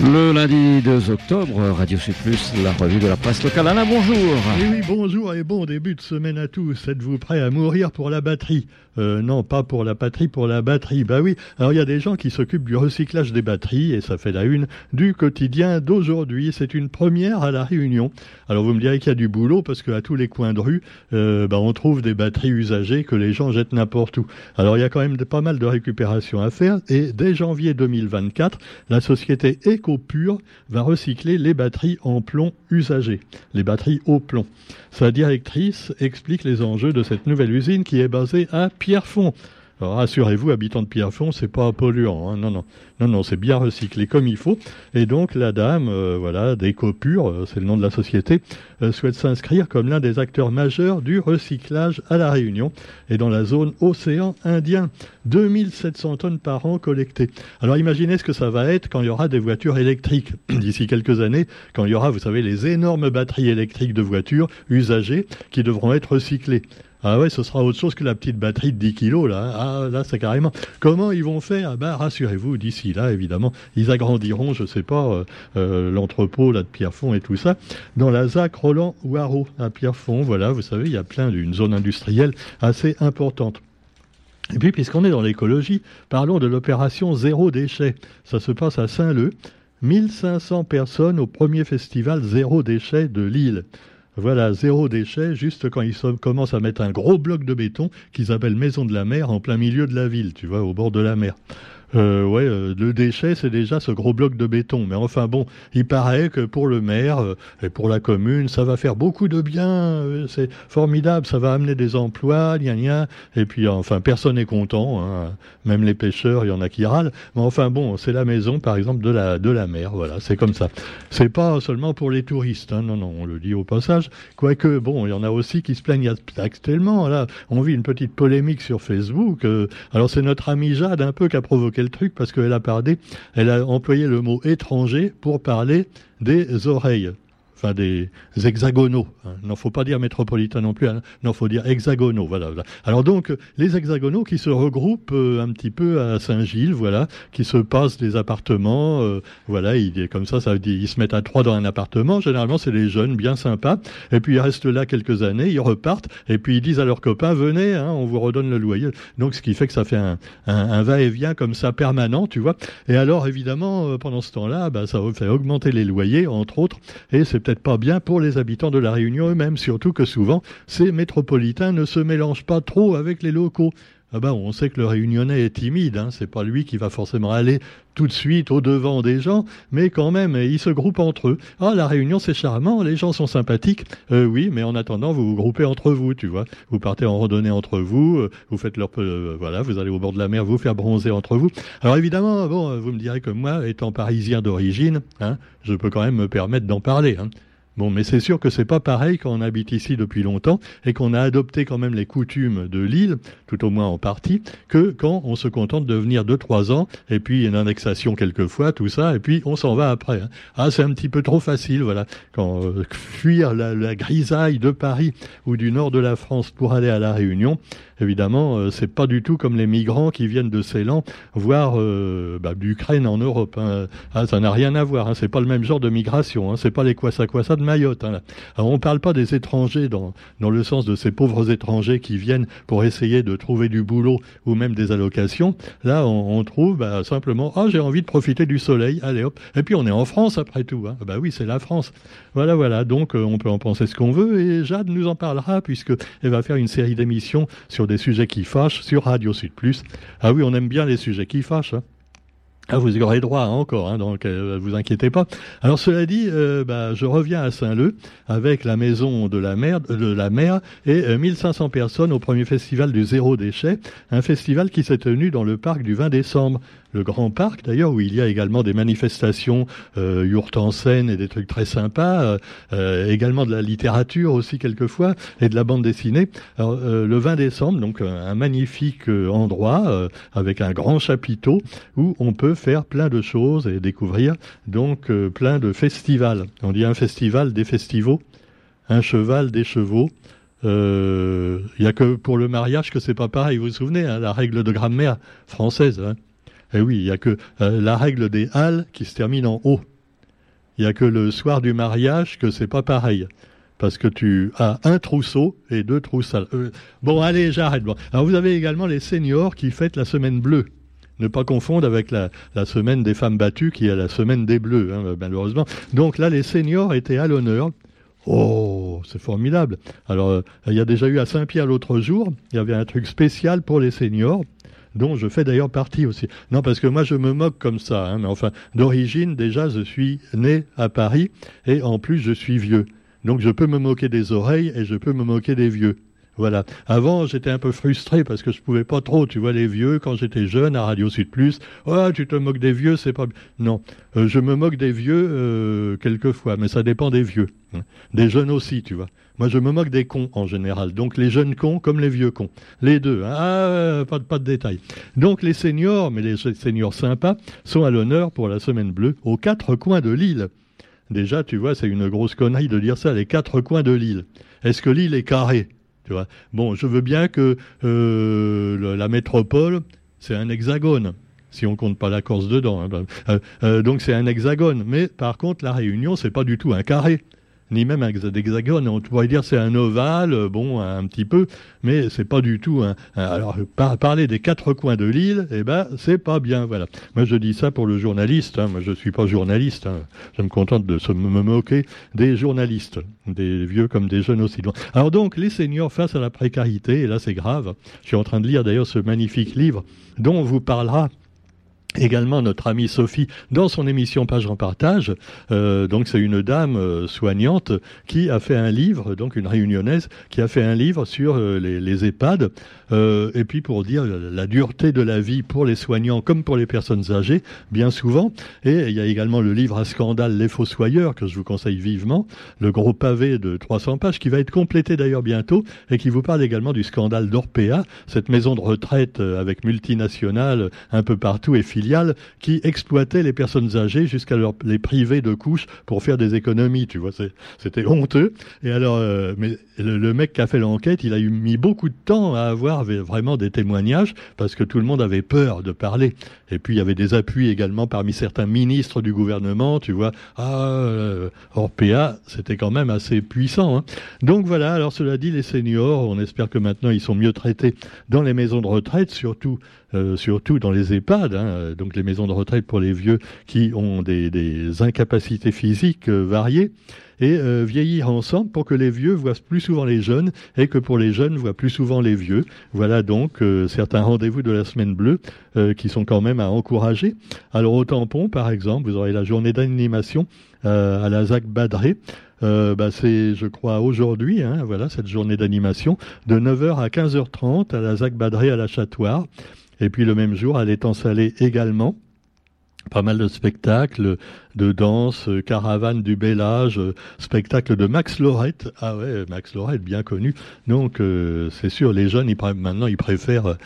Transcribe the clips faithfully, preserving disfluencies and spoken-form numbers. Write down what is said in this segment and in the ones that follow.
Le lundi deux octobre, Radio Sud Plus, la revue de la presse locale. Alain, bonjour. Et oui, bonjour et bon début de semaine à tous. Êtes-vous prêts à mourir pour la batterie ? Euh, non, pas pour la patrie, pour la batterie. Bah oui, alors il y a des gens qui s'occupent du recyclage des batteries et ça fait la une du quotidien d'aujourd'hui. C'est une première à La Réunion. Alors vous me direz qu'il y a du boulot parce qu'à tous les coins de rue, euh, bah, on trouve des batteries usagées que les gens jettent n'importe où. Alors il y a quand même de, pas mal de récupération à faire et dès janvier deux mille vingt-quatre, la société EcoPure va recycler les batteries en plomb usagées, les batteries au plomb. Sa directrice explique les enjeux de cette nouvelle usine qui est basée à Pierrefonds. Alors rassurez-vous, habitants de Pierrefonds, c'est pas polluant, hein. non, non, non, non, c'est bien recyclé comme il faut. Et donc la dame, euh, voilà, d'EcoPure, euh, c'est le nom de la société, euh, souhaite s'inscrire comme l'un des acteurs majeurs du recyclage à La Réunion et dans la zone océan Indien. deux mille sept cents tonnes par an collectées. Alors imaginez ce que ça va être quand il y aura des voitures électriques d'ici quelques années, quand il y aura, vous savez, les énormes batteries électriques de voitures usagées qui devront être recyclées. Ah ouais, ce sera autre chose que la petite batterie de dix kilos, là. Ah, là, c'est carrément... Comment ils vont faire ? Ah bah, rassurez-vous, d'ici là, évidemment, ils agrandiront, je sais pas, euh, euh, l'entrepôt, là, de Pierrefonds et tout ça, dans la Z A C Roland-Waro, à Pierrefonds. Voilà, vous savez, il y a plein d'une zone industrielle assez importante. Et puis, puisqu'on est dans l'écologie, parlons de l'opération Zéro Déchet. Ça se passe à Saint-Leu. mille cinq cents personnes au premier festival Zéro Déchet de Lille. Voilà, zéro déchet, juste quand ils commencent à mettre un gros bloc de béton qu'ils appellent Maison de la Mer en plein milieu de la ville, tu vois, au bord de la mer. Euh, ouais, euh, le déchet, c'est déjà ce gros bloc de béton. Mais enfin bon, il paraît que pour le maire euh, et pour la commune, ça va faire beaucoup de bien. Euh, c'est formidable, ça va amener des emplois, gna gna. Et puis enfin, personne n'est content. Hein. Même les pêcheurs, il y en a qui râlent. Mais enfin bon, c'est la maison, par exemple, de la de la mer. Voilà, c'est comme ça. C'est pas seulement pour les touristes. Hein. Non, non, on le dit au passage. Quoique bon, il y en a aussi qui se plaignent actuellement. Là, on vit une petite polémique sur Facebook. Euh, alors c'est notre amie Jade un peu qui a provoqué le truc parce qu'elle a parlé, elle a employé le mot étranger pour parler des oreilles, enfin des hexagonaux. Hein. Il n'en faut pas dire métropolitain non plus, hein. Non, faut dire hexagonaux. Voilà, voilà. Alors donc les hexagonaux qui se regroupent euh, un petit peu à Saint-Gilles, voilà, qui se passent des appartements, euh, voilà, ils, comme ça, ça veut dire ils se mettent à trois dans un appartement. Généralement, c'est les jeunes bien sympas. Et puis ils restent là quelques années, ils repartent, et puis ils disent à leurs copains venez, hein, on vous redonne le loyer. Donc ce qui fait que ça fait un, un, un va-et-vient comme ça permanent, tu vois. Et alors évidemment, euh, pendant ce temps-là, bah, ça fait augmenter les loyers, entre autres, et c'est peut-être pas bien pour les habitants de La Réunion eux-mêmes, surtout que souvent, ces métropolitains ne se mélangent pas trop avec les locaux. Ah ben, on sait que le Réunionnais est timide, hein, c'est pas lui qui va forcément aller tout de suite au devant des gens, mais quand même, ils se groupent entre eux. Ah, La Réunion, c'est charmant, les gens sont sympathiques. Euh, oui, mais en attendant, vous vous groupez entre vous, tu vois. Vous partez en randonnée entre vous, euh, vous faites leur... Euh, voilà, vous allez au bord de la mer, vous faire bronzer entre vous. Alors évidemment, bon, vous me direz que moi, étant parisien d'origine, hein, je peux quand même me permettre d'en parler, hein. Bon, mais c'est sûr que c'est pas pareil quand on habite ici depuis longtemps et qu'on a adopté quand même les coutumes de l'île, tout au moins en partie, que quand on se contente de venir deux, trois ans, et puis une indexation quelquefois, tout ça, et puis on s'en va après. Hein. Ah, c'est un petit peu trop facile, voilà. Quand euh, fuir la, la grisaille de Paris ou du nord de la France pour aller à La Réunion, évidemment, euh, c'est pas du tout comme les migrants qui viennent de Ceylan, voire euh, bah, d'Ukraine en Europe. Hein. Ah, ça n'a rien à voir. Hein. C'est pas le même genre de migration. Hein. C'est pas les kwassa-kwassa de Mayotte. Hein, là. Alors, on parle pas des étrangers dans dans le sens de ces pauvres étrangers qui viennent pour essayer de trouver du boulot ou même des allocations. Là, on, on trouve bah, simplement ah j'ai envie de profiter du soleil. Allez hop. Et puis on est en France après tout. Hein. Bah oui, c'est la France. Voilà, voilà. Donc euh, on peut en penser ce qu'on veut et Jade nous en parlera puisque elle va faire une série d'émissions sur des sujets qui fâchent sur Radio Sud Plus. Ah oui, on aime bien les sujets qui fâchent. Hein. Ah, vous y aurez droit hein, encore, hein, donc euh, vous inquiétez pas. Alors cela dit, euh, bah, je reviens à Saint-Leu avec la maison de la mer, de la mer et euh, mille cinq cents personnes au premier festival du Zéro Déchet, un festival qui s'est tenu dans le parc du vingt décembre. Le grand parc d'ailleurs où il y a également des manifestations, euh, yourtes en scène et des trucs très sympas, euh, euh, également de la littérature aussi quelquefois et de la bande dessinée. Alors, euh, le vingt décembre, donc un magnifique endroit euh, avec un grand chapiteau où on peut faire plein de choses et découvrir donc euh, plein de festivals. On dit un festival, des festivals, un cheval, des chevaux. Il euh, y a que pour le mariage que c'est pas pareil. Vous vous souvenez, hein, la règle de grammaire française. Hein. Eh oui, il y a que euh, la règle des halles qui se termine en O. Il n'y a que le soir du mariage que c'est pas pareil. Parce que tu as un trousseau et deux trousses. Euh, bon, allez, j'arrête. Bon. Alors, vous avez également les seniors qui fêtent la semaine bleue. Ne pas confondre avec la, la semaine des femmes battues qui est la semaine des bleus, hein, malheureusement. Donc là, les seniors étaient à l'honneur. Oh, c'est formidable. Alors, euh, il y a déjà eu à Saint-Pierre l'autre jour, il y avait un truc spécial pour les seniors, dont je fais d'ailleurs partie aussi. Non, parce que moi, je me moque comme ça. Hein, mais enfin, d'origine, déjà, je suis né à Paris et en plus, je suis vieux. Donc je peux me moquer des oreilles et je peux me moquer des vieux. Voilà. Avant, j'étais un peu frustré parce que je pouvais pas trop, tu vois, les vieux, quand j'étais jeune, à Radio Sud Plus. Oh, tu te moques des vieux, c'est pas... Non. Euh, je me moque des vieux, euh, quelquefois, mais ça dépend des vieux. Hein. Des jeunes aussi, tu vois. Moi, je me moque des cons, en général. Donc, les jeunes cons comme les vieux cons. Les deux. Hein. Ah, pas, pas de détails. Donc, les seniors, mais les seniors sympas, sont à l'honneur pour la Semaine Bleue aux quatre coins de l'île. Déjà, tu vois, c'est une grosse connerie de dire ça, les quatre coins de l'île. Est-ce que l'île est carrée? Tu vois. Bon, je veux bien que euh, le, la métropole, c'est un hexagone, si on compte pas la Corse dedans. Hein. Euh, euh, donc c'est un hexagone. Mais par contre, la Réunion, c'est pas du tout un carré. Ni même un hexagone, on pourrait dire c'est un ovale, bon, un petit peu, mais c'est pas du tout un... un alors, par, parler des quatre coins de l'île, eh ben, c'est pas bien, voilà. Moi, je dis ça pour le journaliste, hein. Moi, je suis pas journaliste, hein. Je me contente de se, me moquer des journalistes, des vieux comme des jeunes aussi. Alors donc, les seniors face à la précarité, et là, c'est grave. Je suis en train de lire d'ailleurs ce magnifique livre dont on vous parlera également notre amie Sophie dans son émission Page en Partage. Euh, donc c'est une dame euh, soignante qui a fait un livre, donc une réunionnaise, qui a fait un livre sur euh, les, les EHPAD, euh, et puis pour dire la dureté de la vie pour les soignants comme pour les personnes âgées, bien souvent. Et il y a également le livre à scandale Les Fossoyeurs, que je vous conseille vivement, le gros pavé de trois cents pages, qui va être complété d'ailleurs bientôt, et qui vous parle également du scandale d'Orpea, cette maison de retraite euh, avec multinationales un peu partout et filiale, qui exploitait les personnes âgées jusqu'à leur, les priver de couches pour faire des économies, tu vois, c'est, c'était honteux. Et alors, euh, mais le, le mec qui a fait l'enquête, il a eu mis beaucoup de temps à avoir vraiment des témoignages parce que tout le monde avait peur de parler. Et puis il y avait des appuis également parmi certains ministres du gouvernement, tu vois. Ah, euh, Orpea, c'était quand même assez puissant. Hein. Donc voilà. Alors cela dit, les seniors, on espère que maintenant ils sont mieux traités dans les maisons de retraite, surtout. Euh, surtout dans les EHPAD, hein, donc les maisons de retraite pour les vieux qui ont des, des incapacités physiques euh, variées, et euh, vieillir ensemble pour que les vieux voient plus souvent les jeunes et que pour les jeunes voient plus souvent les vieux. Voilà donc euh, certains rendez-vous de la Semaine Bleue euh, qui sont quand même à encourager. Alors au Tampon, par exemple, vous aurez la journée d'animation euh, à la Z A C Badré. Euh, bah c'est, je crois, aujourd'hui, hein, voilà, cette journée d'animation, de neuf heures à quinze heures trente à la Z A C Badré à la Châtoire. Et puis le même jour, à l'étang salé également, pas mal de spectacles, de danse, caravane du bel âge, spectacle de Max Lorette. Ah ouais, Max Lorette, bien connu. Donc euh, c'est sûr, les jeunes, ils, maintenant, ils préfèrent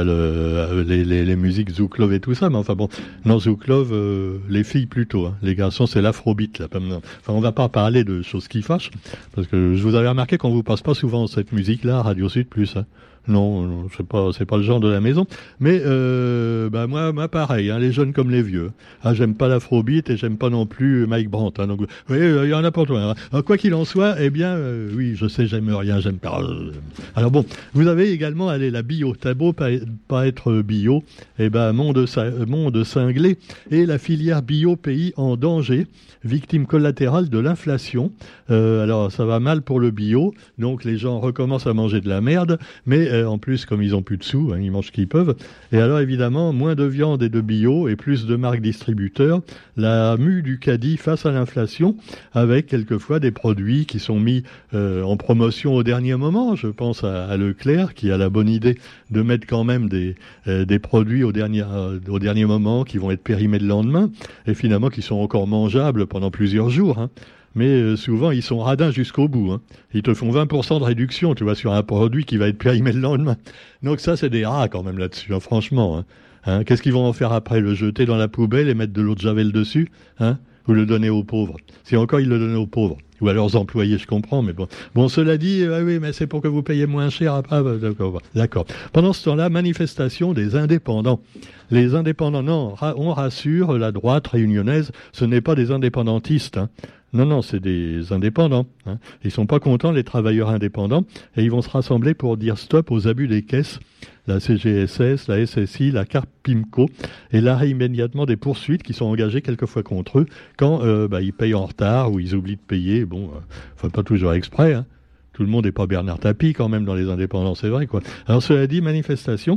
euh, le, les, les, les musiques Zouklov et tout ça. Mais enfin bon, non, Zouklov, euh, les filles plutôt. Hein. Les garçons, c'est l'afrobeat. Là. Enfin, on va pas parler de choses qui fâchent, parce que je vous avais remarqué qu'on vous passe pas souvent cette musique-là à Radio Sud Plus. Hein. Non, non, c'est pas, c'est pas le genre de la maison. Mais euh, bah moi, moi pareil, hein, les jeunes comme les vieux. Ah, j'aime pas l'afrobeat et j'aime pas non plus Mike Brandt. Hein, donc, oui, il y en a pour toi. Hein. Alors, quoi qu'il en soit, eh bien, euh, oui, je sais, j'aime rien, j'aime pas. Alors bon, vous avez également, allez, la bio. T'as beau pas, pas être bio, eh ben, monde, monde cinglé et la filière bio pays en danger, victime collatérale de l'inflation. Euh, alors, ça va mal pour le bio, donc les gens recommencent à manger de la merde, mais euh, en plus, comme ils ont plus de sous, hein, ils mangent ce qu'ils peuvent. Et alors, évidemment, moins de viande et de bio et plus de marques distributeurs. La mue du caddie face à l'inflation, avec quelquefois des produits qui sont mis euh, en promotion au dernier moment. Je pense à, à Leclerc, qui a la bonne idée de mettre quand même des, euh, des produits au dernier, euh, au dernier moment qui vont être périmés le lendemain, et finalement qui sont encore mangeables pendant plusieurs jours. Hein. Mais euh, souvent, ils sont radins jusqu'au bout. Hein. Ils te font vingt pour cent de réduction, tu vois, sur un produit qui va être périmé le lendemain. Donc ça, c'est des rats quand même là-dessus, hein, franchement. Hein. Hein, qu'est-ce qu'ils vont en faire après? Le jeter dans la poubelle et mettre de l'eau de javel dessus, hein, ou le donner aux pauvres? Si encore ils le donnaient aux pauvres. ou à leurs employés, je comprends, mais bon. Bon, cela dit, ah oui, mais c'est pour que vous payiez moins cher. Ah, bah, d'accord, d'accord. Pendant ce temps-là, manifestation des indépendants. Les indépendants, non, on rassure la droite réunionnaise, ce n'est pas des indépendantistes, hein. Non, non, c'est des indépendants. Hein. Ils sont pas contents, les travailleurs indépendants, et ils vont se rassembler pour dire stop aux abus des caisses, la C G S S, la S S I, la Carpimco, et l'arrêt immédiatement des poursuites qui sont engagées quelquefois contre eux quand euh, bah, ils payent en retard ou ils oublient de payer. Bon, euh, enfin pas toujours exprès. Hein. Tout le monde n'est pas Bernard Tapie quand même dans les indépendants, c'est vrai quoi. Alors cela dit, manifestation.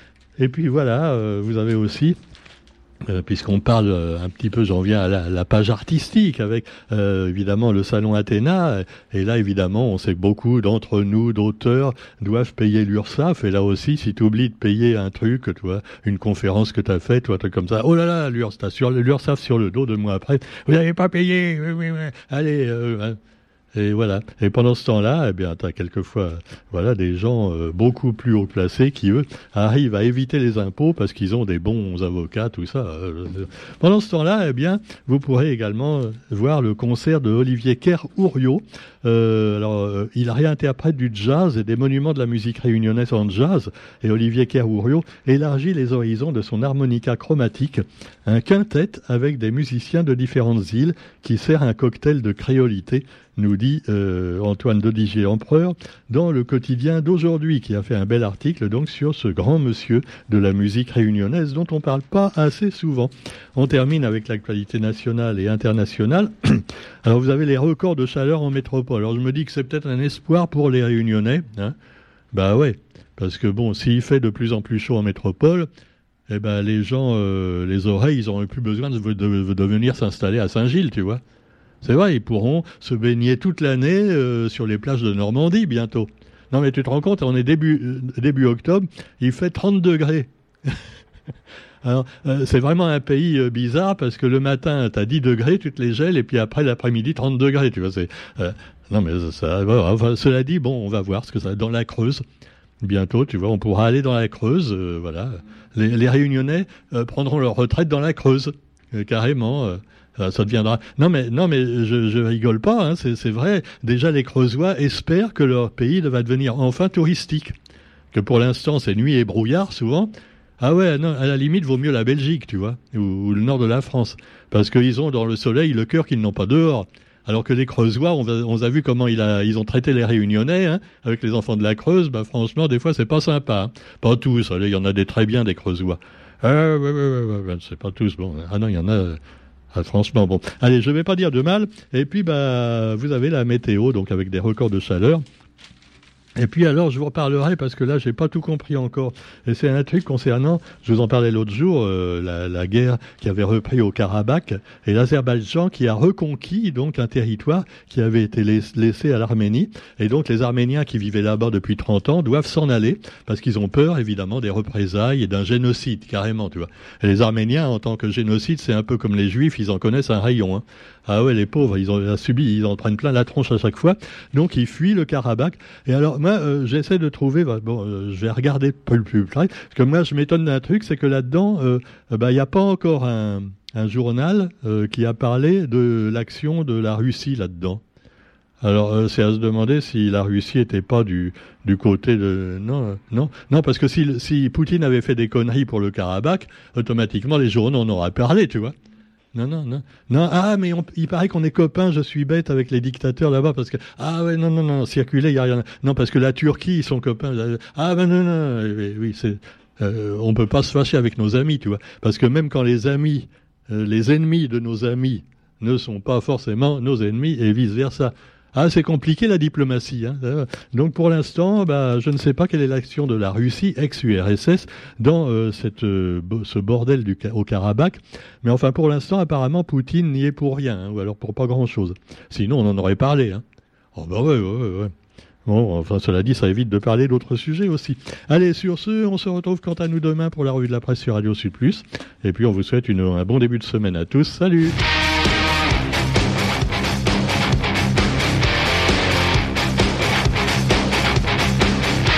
Et puis voilà, euh, vous avez aussi. Euh, puisqu'on parle euh, un petit peu, j'en viens à la, la page artistique avec euh, évidemment le salon Athéna, et là évidemment on sait que beaucoup d'entre nous d'auteurs doivent payer l'URSSAF, et là aussi si tu oublies de payer un truc, tu vois, une conférence que tu as faite, ou un truc comme ça, oh là là, l'URSSAF sur, l'URSSAF sur le dos, deux mois après, vous n'avez pas payé, oui, oui, oui. Allez, euh, hein. Et voilà. Et pendant ce temps-là, eh bien, t'as quelquefois, voilà, des gens euh, beaucoup plus haut placés qui, eux, arrivent à éviter les impôts parce qu'ils ont des bons avocats, tout ça. Pendant ce temps-là, eh bien, vous pourrez également voir le concert de Olivier Kerr-Ouriot. Euh, alors, euh, il réinterprète du jazz et des monuments de la musique réunionnaise en jazz. Et Olivier Kerr-Ouriot élargit les horizons de son harmonica chromatique, un quintet avec des musiciens de différentes îles qui sert un cocktail de créolité, nous dit euh, Antoine Dodigier-Empereur, dans le quotidien d'aujourd'hui, qui a fait un bel article donc sur ce grand monsieur de la musique réunionnaise dont on parle pas assez souvent. On termine avec l'actualité nationale et internationale. Alors vous avez les records de chaleur en métropole. Alors je me dis que c'est peut-être un espoir pour les Réunionnais. Hein. Bah ouais, parce que bon, s'il fait de plus en plus chaud en métropole, eh ben les gens, euh, les oreilles, ils n'auront plus besoin de, de, de, de venir s'installer à Saint-Gilles, tu vois. C'est vrai, ils pourront se baigner toute l'année euh, sur les plages de Normandie bientôt. Non mais tu te rends compte, on est début, euh, début octobre, il fait trente degrés. Alors, euh, c'est vraiment un pays euh, bizarre parce que le matin, tu as dix degrés, tu te les gèles, et puis après l'après-midi, trente degrés, tu vois. C'est, euh, non mais ça, voilà, enfin, cela dit, bon, on va voir ce que ça dans la Creuse. Bientôt, tu vois, on pourra aller dans la Creuse, euh, voilà. Les, les Réunionnais euh, prendront leur retraite dans la Creuse, euh, carrément. Euh. Ça deviendra. Non mais non mais je, je rigole pas. Hein, c'est, c'est vrai. Déjà les Creusois espèrent que leur pays va devenir enfin touristique. Que pour l'instant c'est nuit et brouillard souvent. Ah ouais, non, à la limite vaut mieux la Belgique, tu vois, ou, ou le nord de la France, parce qu'ils ont dans le soleil le cœur qu'ils n'ont pas dehors. Alors que les Creusois, on, va, on a vu comment il a, ils ont traité les Réunionnais, hein, avec les enfants de la Creuse. Bah franchement, des fois c'est pas sympa. Hein. Pas tous. Il y en a des très bien des Creusois. Ah ouais ouais ouais ouais. ouais c'est pas tous. Bon. Ah non, il y en a. Ah, franchement, bon. Allez, je vais pas dire de mal. Et puis, bah, vous avez la météo, donc avec des records de chaleur. Et puis alors, je vous reparlerai, parce que là, j'ai pas tout compris encore. Et c'est un truc concernant, je vous en parlais l'autre jour, euh, la, la guerre qui avait repris au Karabakh, et l'Azerbaïdjan qui a reconquis donc un territoire qui avait été laissé à l'Arménie. Et donc, les Arméniens qui vivaient là-bas depuis trente ans doivent s'en aller, parce qu'ils ont peur, évidemment, des représailles et d'un génocide, carrément, tu vois. Et les Arméniens, en tant que génocide, c'est un peu comme les Juifs, ils en connaissent un rayon, hein. Ah ouais, les pauvres, ils ont subi, ils en prennent plein la tronche à chaque fois. Donc, ils fuient le Karabakh. Et alors, moi, euh, j'essaie de trouver, bon, euh, je vais regarder plus, plus près, parce que moi, je m'étonne d'un truc, c'est que là-dedans, euh, bah, il n'y a pas encore un, un journal euh, qui a parlé de l'action de la Russie là-dedans. Alors, euh, c'est à se demander si la Russie était pas du, du côté de... Non, euh, non, non, parce que si, si Poutine avait fait des conneries pour le Karabakh, automatiquement, les journaux en auraient parlé, tu vois. Non, non, non. Non, ah, mais on, il paraît qu'on est copains, je suis bête avec les dictateurs là-bas, parce que, ah ouais, non, non, non, circuler, il n'y a rien. Non, parce que la Turquie, ils sont copains. Ah ben non, non, oui, oui c'est, euh, on peut pas se fâcher avec nos amis, tu vois. Parce que même quand les amis, euh, les ennemis de nos amis ne sont pas forcément nos ennemis, et vice-versa. Ah, c'est compliqué la diplomatie. Hein. Donc pour l'instant, bah, je ne sais pas quelle est l'action de la Russie, ex-U R S S, dans euh, cette, euh, ce bordel du, au Karabakh. Mais enfin, pour l'instant, apparemment, Poutine n'y est pour rien, hein, ou alors pour pas grand-chose. Sinon, on en aurait parlé. Hein. Oh bah ouais, ouais, ouais. ouais. Bon, enfin, cela dit, ça évite de parler d'autres sujets aussi. Allez, sur ce, on se retrouve quant à nous demain pour la revue de la presse sur Radio Sud Plus. Et puis, on vous souhaite une, un bon début de semaine à tous. Salut!